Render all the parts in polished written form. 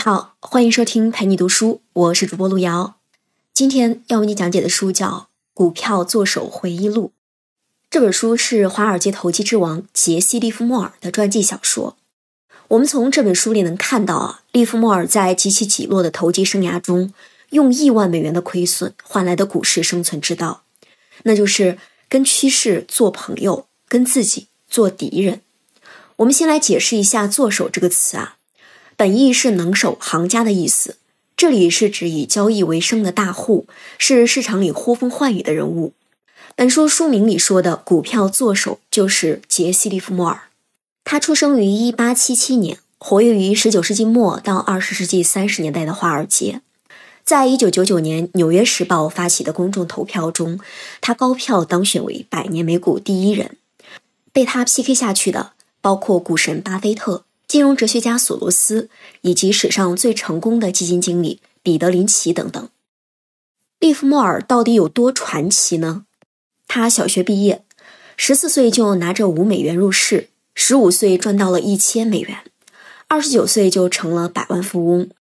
好，欢迎收听陪你读书，我是主播路遥。今天要为你讲解的书叫《股票作手回忆录》。这本书是华尔街投机之王杰西·利弗莫尔的传记小说。我们从这本书里能看到利弗莫尔在极其起落的投机生涯中，用亿万美元的亏损换来的股市生存之道，那就是跟趋势做朋友，跟自己做敌人。我们先来解释一下作手这个词本意是能手行家的意思，这里是指以交易为生的大户，是市场里呼风唤雨的人物。本书书名里说的股票作手就是杰西·利弗莫尔。他出生于1877年，活跃于19世纪末到20世纪30年代的华尔街。在1999年纽约时报发起的公众投票中，他高票当选为100年美股第一人。被他 PK 下去的包括股神巴菲特、金融哲学家索罗斯，以及史上最成功的基金经理彼得林奇等等。利弗莫尔到底有多传奇呢？他小学毕业，14岁就拿着5美元入市，15岁赚到了1000美元，29岁就成了百万富翁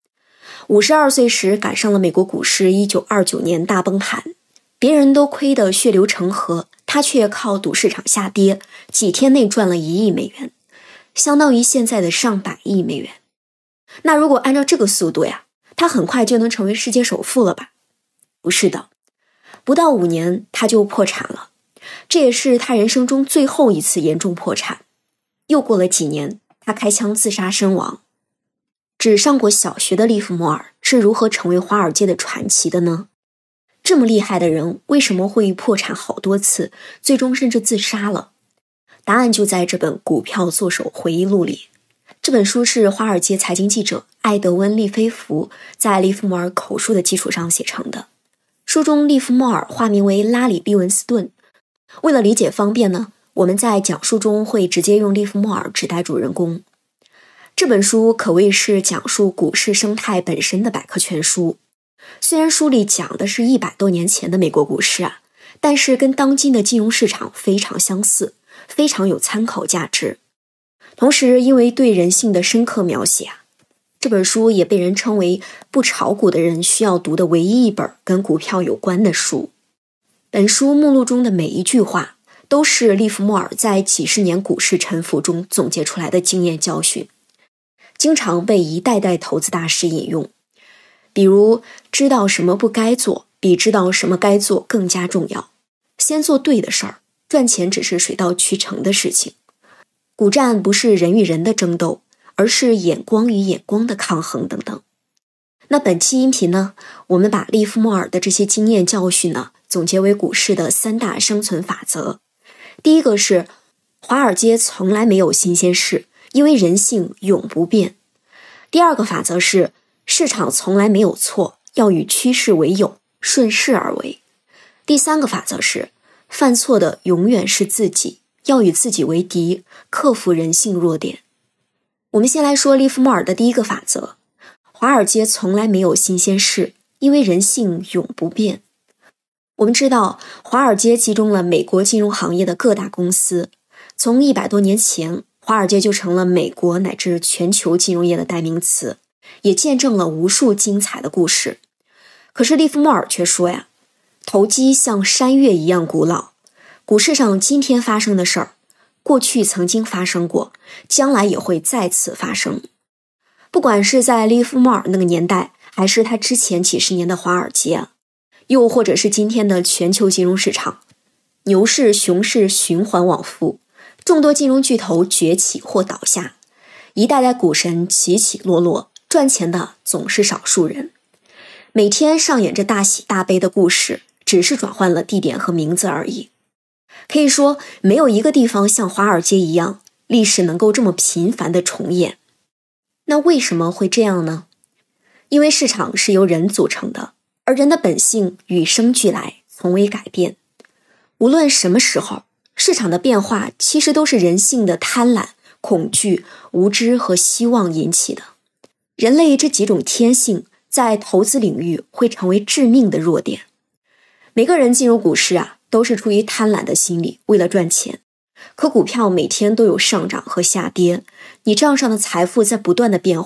，52岁时赶上了美国股市1929年大崩盘，别人都亏得血流成河，他却靠赌市场下跌，几天内赚了1亿美元，相当于现在的上百亿美元。那如果按照这个速度他很快就能成为世界首富了吧？不是的，不到5年他就破产了，这也是他人生中最后一次严重破产。又过了几年，他开枪自杀身亡。只上过小学的利弗莫尔是如何成为华尔街的传奇的呢？这么厉害的人为什么会破产好多次，最终甚至自杀了？答案就在这本《股票作手回忆录》里。这本书是华尔街财经记者艾德温·利菲弗在利弗莫尔口述的基础上写成的。书中利弗莫尔化名为拉里·利文斯顿。为了理解方便呢，我们在讲述中会直接用利弗莫尔指代主人公。这本书可谓是讲述股市生态本身的百科全书。虽然书里讲的是100多年前的美国股市但是跟当今的金融市场非常相似，非常有参考价值。同时因为对人性的深刻描写这本书也被人称为不炒股的人需要读的唯一一本跟股票有关的书。本书目录中的每一句话都是利弗莫尔在几十年股市沉浮中总结出来的经验教训，经常被一代代投资大师引用。比如，知道什么不该做比知道什么该做更加重要，先做对的事儿，赚钱只是水到渠成的事情。股战不是人与人的争斗，而是眼光与眼光的抗衡等等。那本期音频呢，我们把利弗莫尔的这些经验教训总结为股市的3大生存法则。第一个是，华尔街从来没有新鲜事，因为人性永不变。第二个法则是，市场从来没有错，要与趋势为友，顺势而为。第三个法则是，犯错的永远是自己，要与自己为敌，克服人性弱点。我们先来说利弗莫尔的第一个法则，华尔街从来没有新鲜事，因为人性永不变。我们知道，华尔街集中了美国金融行业的各大公司，从100多年前，华尔街就成了美国乃至全球金融业的代名词，也见证了无数精彩的故事。可是利弗莫尔却说投机像山岳一样古老，股市上今天发生的事儿，过去曾经发生过，将来也会再次发生。不管是在利弗莫尔那个年代，还是他之前几十年的华尔街又或者是今天的全球金融市场，牛市、熊市循环往复，众多金融巨头崛起或倒下，一代代股神起起落落，赚钱的总是少数人。每天上演着大喜大悲的故事，只是转换了地点和名字而已。可以说，没有一个地方像华尔街一样，历史能够这么频繁的重演。那为什么会这样呢？因为市场是由人组成的，而人的本性与生俱来，从未改变。无论什么时候，市场的变化其实都是人性的贪婪、恐惧、无知和希望引起的。人类这几种天性在投资领域会成为致命的弱点。每个人进入股市都是出于贪婪的心理，为了赚钱。可股票每天都有上涨和下跌，你账上的财富在不断的变化，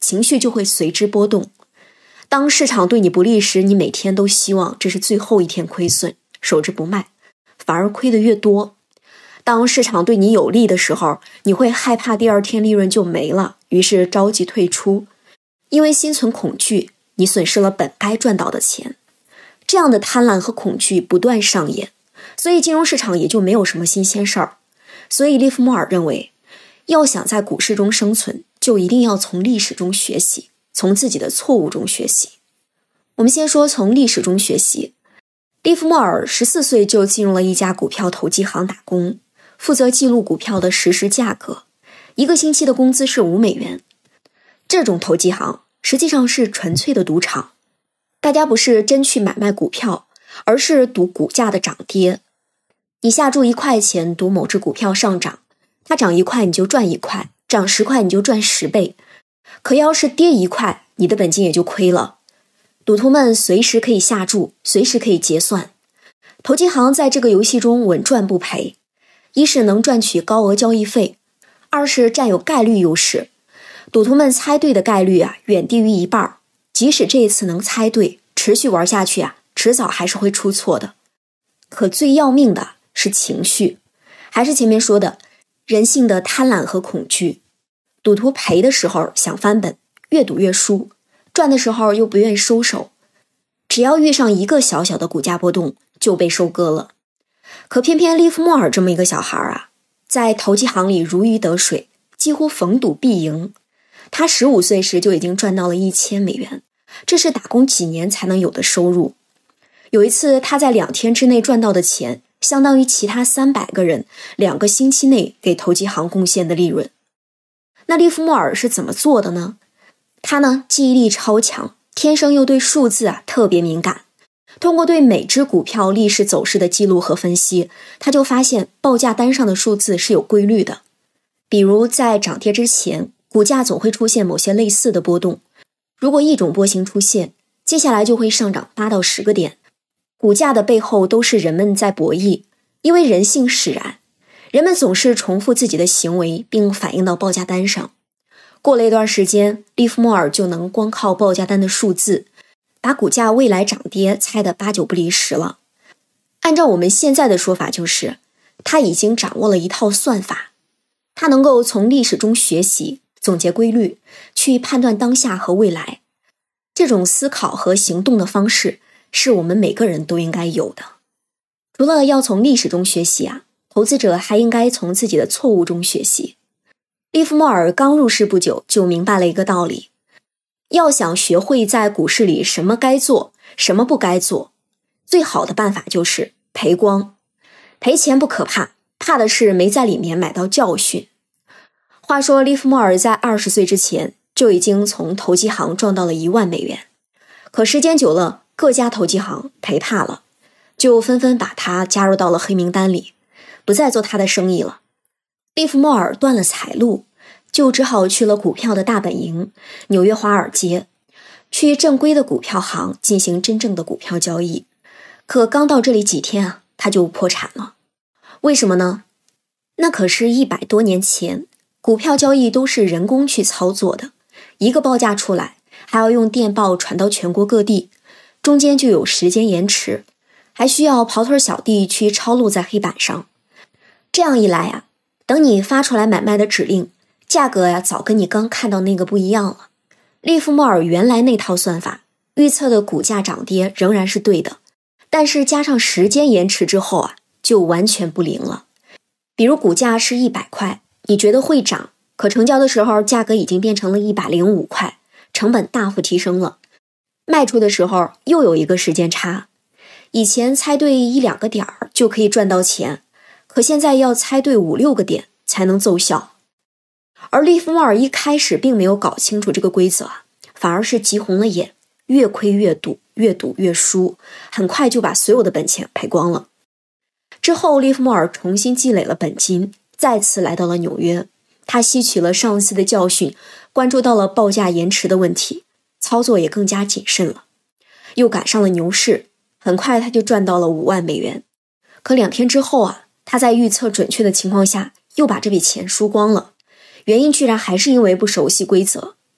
情绪就会随之波动。当市场对你不利时，你每天都希望这是最后一天亏损，守之不卖，反而亏得越多。当市场对你有利的时候，你会害怕第二天利润就没了，于是着急退出。因为心存恐惧，你损失了本该赚到的钱。这样的贪婪和恐惧不断上演，所以金融市场也就没有什么新鲜事儿。所以利弗莫尔认为，要想在股市中生存，就一定要从历史中学习，从自己的错误中学习。我们先说从历史中学习。利弗莫尔14岁就进入了一家股票投机行打工，负责记录股票的实时价格，一个星期的工资是5美元。这种投机行实际上是纯粹的赌场，大家不是真去买卖股票，而是赌股价的涨跌。你下注1块钱赌某只股票上涨，它涨1块你就赚1块，涨10块你就赚10倍。可要是跌1块，你的本金也就亏了。赌徒们随时可以下注，随时可以结算。投机行在这个游戏中稳赚不赔，一是能赚取高额交易费，二是占有概率优势。赌徒们猜对的概率远低于1半，即使这一次能猜对，持续玩下去迟早还是会出错的。可最要命的是情绪，还是前面说的人性的贪婪和恐惧。赌徒赔的时候想翻本，越赌越输，赚的时候又不愿收手，只要遇上一个小小的股价波动就被收割了。可偏偏利弗莫尔这么一个小孩在投机行里如鱼得水，几乎逢赌必赢。他15岁时就已经赚到了1000美元，这是打工几年才能有的收入。有一次他在2天之内赚到的钱，相当于其他300个人2个星期内给投机行贡献的利润。那利弗莫尔是怎么做的呢？他记忆力超强，天生又对数字特别敏感。通过对每只股票历史走势的记录和分析，他就发现报价单上的数字是有规律的。比如在涨跌之前，股价总会出现某些类似的波动，如果一种波形出现，接下来就会上涨8到10个点。股价的背后都是人们在博弈，因为人性使然，人们总是重复自己的行为，并反映到报价单上。过了一段时间，利弗莫尔就能光靠报价单的数字，把股价未来涨跌猜得8、9不离10了。按照我们现在的说法，就是他已经掌握了一套算法，他能够从历史中学习，总结规律，去判断当下和未来。这种思考和行动的方式是我们每个人都应该有的。除了要从历史中学习投资者还应该从自己的错误中学习。利弗莫尔刚入市不久就明白了一个道理，要想学会在股市里什么该做，什么不该做，最好的办法就是赔光。赔钱不可怕，怕的是没在里面买到教训。话说利弗莫尔在20岁之前就已经从投机行赚到了1万美元，可时间久了，各家投机行赔怕了，就纷纷把他加入到了黑名单里，不再做他的生意了。利弗莫尔断了财路，就只好去了股票的大本营纽约华尔街，去正规的股票行进行真正的股票交易。可刚到这里几天他就破产了。为什么呢？那可是100多年前，股票交易都是人工去操作的，一个报价出来，还要用电报传到全国各地，中间就有时间延迟，还需要跑腿小弟去抄录在黑板上。这样一来等你发出来买卖的指令，价格早跟你刚看到那个不一样了。利弗莫尔原来那套算法预测的股价涨跌仍然是对的，但是加上时间延迟之后就完全不灵了。比如股价是100块，你觉得会涨，可成交的时候价格已经变成了105块，成本大幅提升了。卖出的时候又有一个时间差，以前猜对1-2个点就可以赚到钱，可现在要猜对5-6个点才能奏效。而利弗莫尔一开始并没有搞清楚这个规则反而是急红了眼，越亏越赌，越赌越输，很快就把所有的本钱赔光了。之后利弗莫尔重新积累了本金，再次来到了纽约，他吸取了上次的教训，关注到了报价延迟的问题，操作也更加谨慎了。又赶上了牛市，很快他就赚到了5万美元。可2天之后他在预测准确的情况下又把这笔钱输光了，原因居然还是因为不熟悉规则。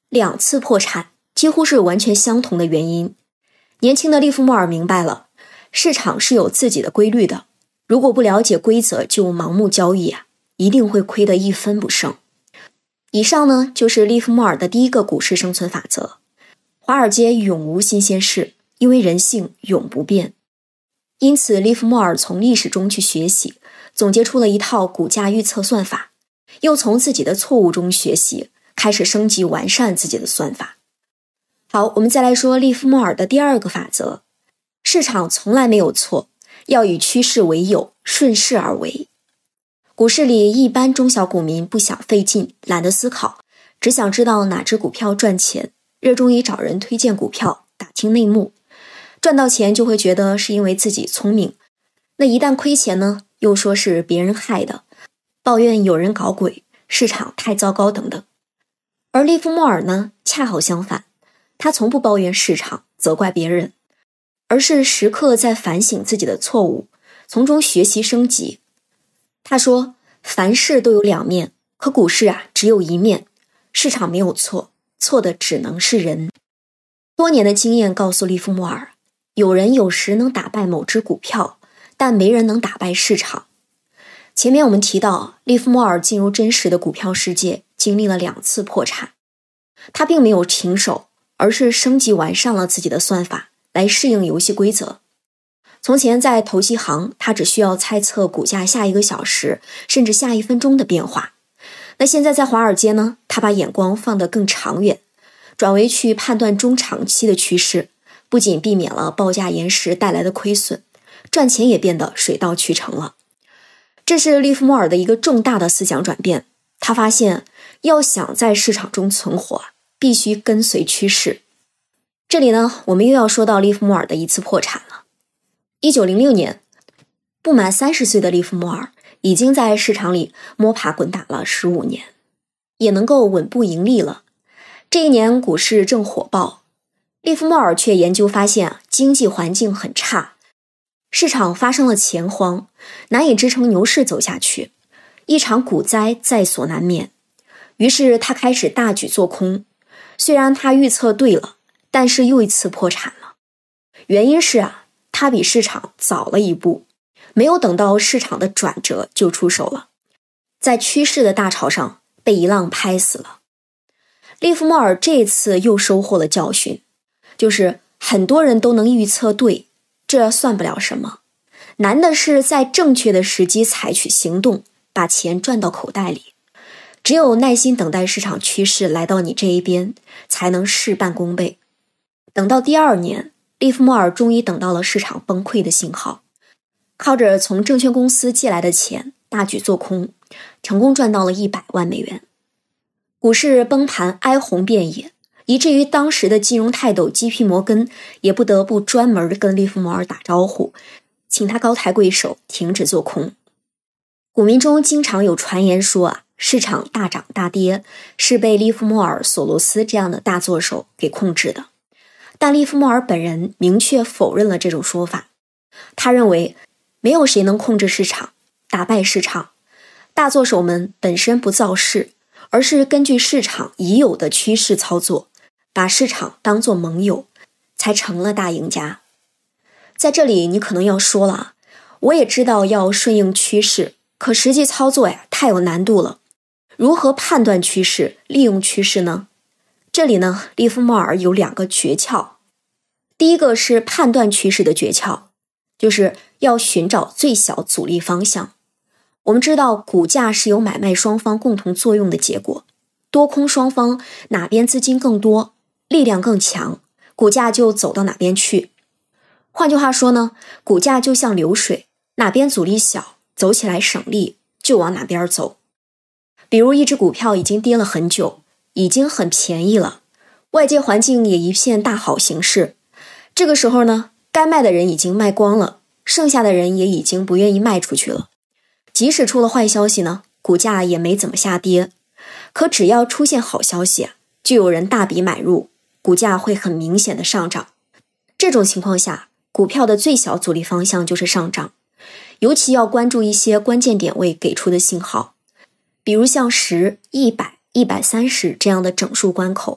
2次破产，几乎是完全相同的原因。年轻的利弗莫尔明白了，市场是有自己的规律的，如果不了解规则就盲目交易一定会亏得一分不剩。以上呢，就是利弗莫尔的第一个股市生存法则：华尔街永无新鲜事，因为人性永不变。因此，利弗莫尔从历史中去学习，总结出了一套股价预测算法，又从自己的错误中学习，开始升级完善自己的算法。好，我们再来说利弗莫尔的第二个法则：市场从来没有错，要以趋势为友，顺势而为。股市里一般中小股民不想费劲，懒得思考，只想知道哪只股票赚钱，热衷于找人推荐股票，打听内幕。赚到钱就会觉得是因为自己聪明，那一旦亏钱呢，又说是别人害的，抱怨有人搞鬼，市场太糟糕等等。而利弗莫尔呢，恰好相反，他从不抱怨市场，责怪别人，而是时刻在反省自己的错误，从中学习升级。他说，凡事都有2面，可股市只有一面，市场没有错，错的只能是人。多年的经验告诉利弗莫尔，有人有时能打败某只股票，但没人能打败市场。前面我们提到，利弗莫尔进入真实的股票世界，经历了2次破产。他并没有停手，而是升级完善了自己的算法，来适应游戏规则。从前在投机行，他只需要猜测股价下1个小时，甚至下1分钟的变化。那现在在华尔街呢，他把眼光放得更长远，转为去判断中长期的趋势，不仅避免了报价延时带来的亏损，赚钱也变得水到渠成了。这是利弗莫尔的一个重大的思想转变。他发现，要想在市场中存活，必须跟随趋势。这里呢，我们又要说到利弗莫尔的一次破产了。1906年，不满30岁的利弗莫尔已经在市场里摸爬滚打了15年，也能够稳步盈利了。这一年股市正火爆，利弗莫尔却研究发现经济环境很差，市场发生了钱荒，难以支撑牛市走下去，一场股灾在所难免。于是他开始大举做空，虽然他预测对了，但是又一次破产了。原因是他比市场早了一步，没有等到市场的转折就出手了，在趋势的大潮上被一浪拍死了。利弗莫尔这次又收获了教训，就是很多人都能预测对，这算不了什么，难的是在正确的时机采取行动，把钱赚到口袋里。只有耐心等待市场趋势来到你这一边，才能事半功倍。等到第2年，利弗莫尔终于等到了市场崩溃的信号，靠着从证券公司借来的钱大举做空，成功赚到了100万美元。股市崩盘，哀鸿遍野，以至于当时的金融泰斗基皮摩根也不得不专门跟利弗莫尔打招呼，请他高抬贵手，停止做空。股民中经常有传言说市场大涨大跌是被利弗莫尔、索罗斯这样的大作手给控制的，但利弗莫尔本人明确否认了这种说法。他认为没有谁能控制市场，打败市场，大作手们本身不造势，而是根据市场已有的趋势操作，把市场当作盟友，才成了大赢家。在这里你可能要说了，我也知道要顺应趋势，可实际操作太有难度了。如何判断趋势，利用趋势呢？这里呢，利弗莫尔有2个诀窍。第一个是判断趋势的诀窍，就是要寻找最小阻力方向。我们知道股价是由买卖双方共同作用的结果，多空双方哪边资金更多，力量更强，股价就走到哪边去。换句话说呢，股价就像流水，哪边阻力小，走起来省力，就往哪边走。比如一只股票已经跌了很久，已经很便宜了，外界环境也一片大好形势，这个时候呢，该卖的人已经卖光了，剩下的人也已经不愿意卖出去了。即使出了坏消息呢，股价也没怎么下跌，可只要出现好消息，就有人大笔买入，股价会很明显的上涨。这种情况下，股票的最小阻力方向就是上涨，尤其要关注一些关键点位给出的信号，比如像10、100、130这样的整数关口，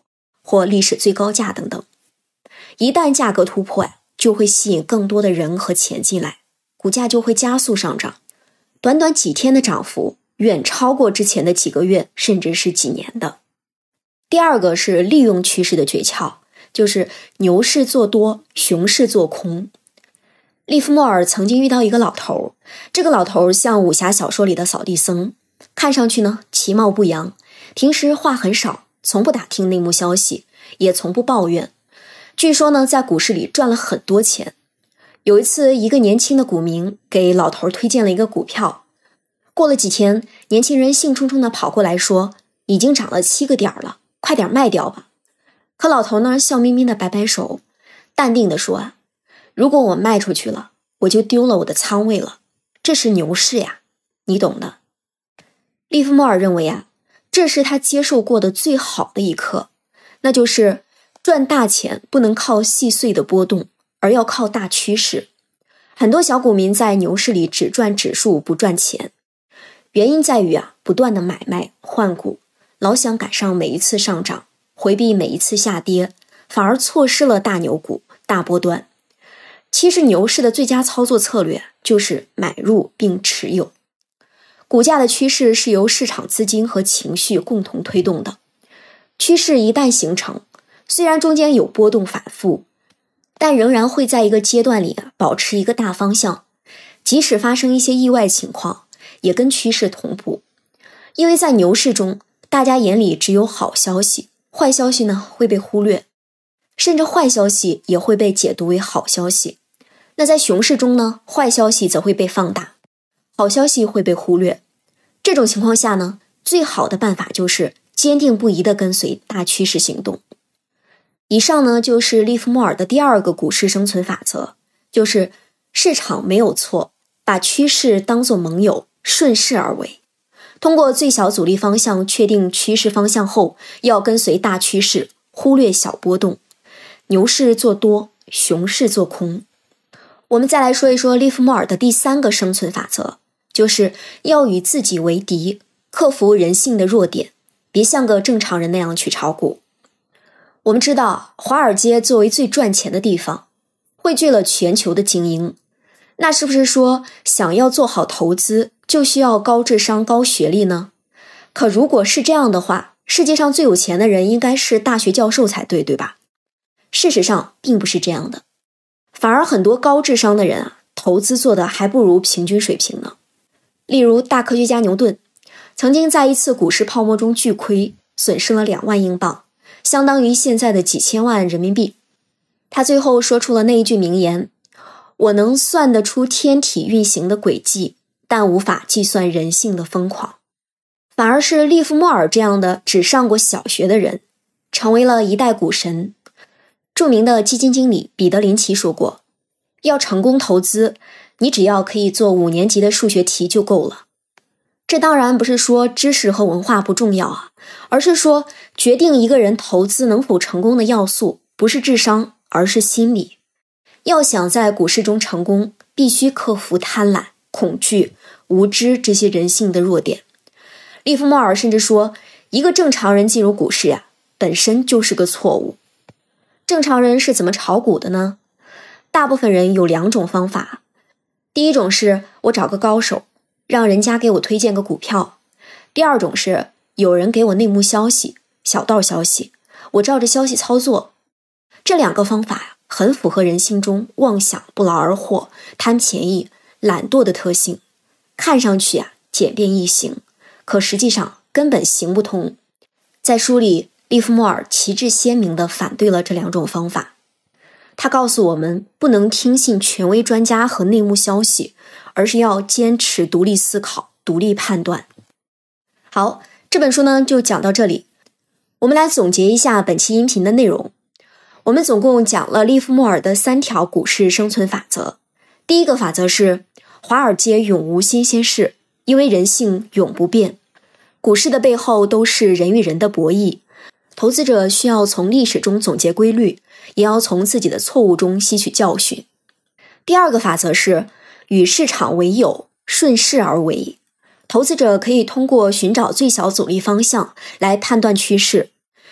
或历史最高价等等。一旦价格突破就会吸引更多的人和钱进来，股价就会加速上涨，短短几天的涨幅远超过之前的几个月甚至是几年的。第二个是利用趋势的诀窍，就是牛市做多，熊市做空。利弗莫尔曾经遇到一个老头，这个老头像武侠小说里的扫地僧，看上去呢其貌不扬，平时话很少，从不打听内幕消息，也从不抱怨。据说呢在股市里赚了很多钱。有一次一个年轻的股民给老头推荐了一个股票，过了几天，年轻人兴冲冲地跑过来说，已经涨了7个点了，快点卖掉吧。可老头呢笑眯眯地摆摆手，淡定地说，如果我卖出去了，我就丢了我的仓位了，这是牛市呀，你懂的。利弗莫尔认为这是他接受过的最好的一课，那就是赚大钱不能靠细碎的波动，而要靠大趋势。很多小股民在牛市里只赚指数不赚钱，原因在于不断的买卖换股，老想赶上每一次上涨，回避每一次下跌，反而错失了大牛股大波段。其实牛市的最佳操作策略就是买入并持有。股价的趋势是由市场资金和情绪共同推动的，趋势一旦形成，虽然中间有波动反复，但仍然会在一个阶段里保持一个大方向，即使发生一些意外情况，也跟趋势同步。因为在牛市中，大家眼里只有好消息，坏消息呢会被忽略，甚至坏消息也会被解读为好消息。那在熊市中呢，坏消息则会被放大，好消息会被忽略。这种情况下呢，最好的办法就是坚定不移地跟随大趋势行动。以上呢就是利弗莫尔的第二个股市生存法则，就是市场没有错，把趋势当作盟友，顺势而为。通过最小阻力方向确定趋势方向后，要跟随大趋势，忽略小波动。牛市做多，熊市做空。我们再来说一说利弗莫尔的第三个生存法则，就是要与自己为敌，克服人性的弱点，别像个正常人那样去炒股。我们知道，华尔街作为最赚钱的地方，汇聚了全球的精英。那是不是说，想要做好投资，就需要高智商、高学历呢？可如果是这样的话，世界上最有钱的人应该是大学教授才对，对吧？事实上，并不是这样的。反而很多高智商的人投资做的还不如平均水平呢。例如大科学家牛顿，曾经在一次股市泡沫中巨亏，损失了2万英镑，相当于现在的几千万人民币。他最后说出了那一句名言，我能算得出天体运行的轨迹，但无法计算人性的疯狂。反而是利弗莫尔这样的只上过小学的人，成为了一代股神。著名的基金经理彼得林奇说过，要成功投资，你只要可以做5年级的数学题就够了。这当然不是说知识和文化不重要而是说决定一个人投资能否成功的要素不是智商，而是心理。要想在股市中成功，必须克服贪婪、恐惧、无知这些人性的弱点。利弗莫尔甚至说，一个正常人进入股市本身就是个错误。正常人是怎么炒股的呢？大部分人有2种方法。第一种是我找个高手，让人家给我推荐个股票。第二种是有人给我内幕消息，小道消息，我照着消息操作。这2个方法很符合人心中妄想不劳而获、贪便宜、懒惰的特性，看上去简便易行，可实际上根本行不通。在书里，利弗莫尔旗帜鲜明地反对了这2种方法。他告诉我们，不能听信权威专家和内幕消息，而是要坚持独立思考、独立判断。好，这本书呢就讲到这里。我们来总结一下本期音频的内容。我们总共讲了利弗莫尔的3条股市生存法则。第一个法则是，华尔街永无新鲜事，因为人性永不变。股市的背后都是人与人的博弈，投资者需要从历史中总结规律，也要从自己的错误中吸取教训。第二个法则是，与市场为友，顺势而为。投资者可以通过寻找最小阻力方向来判断趋势，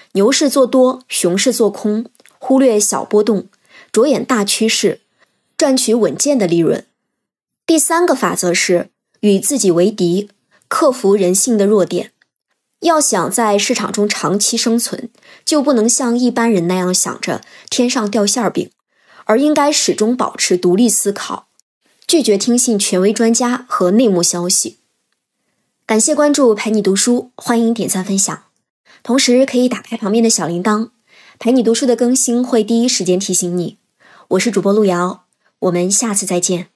牛市做多，熊市做空，忽略小波动，着眼大趋势，赚取稳健的利润。第3个法则是与自己为敌，克服人性的弱点。要想在市场中长期生存，就不能像一般人那样想着天上掉馅饼，而应该始终保持独立思考，拒绝听信权威专家和内幕消息。感谢关注陪你读书，欢迎点赞分享。同时可以打开旁边的小铃铛，陪你读书的更新会第一时间提醒你。我是主播路遥，我们下次再见。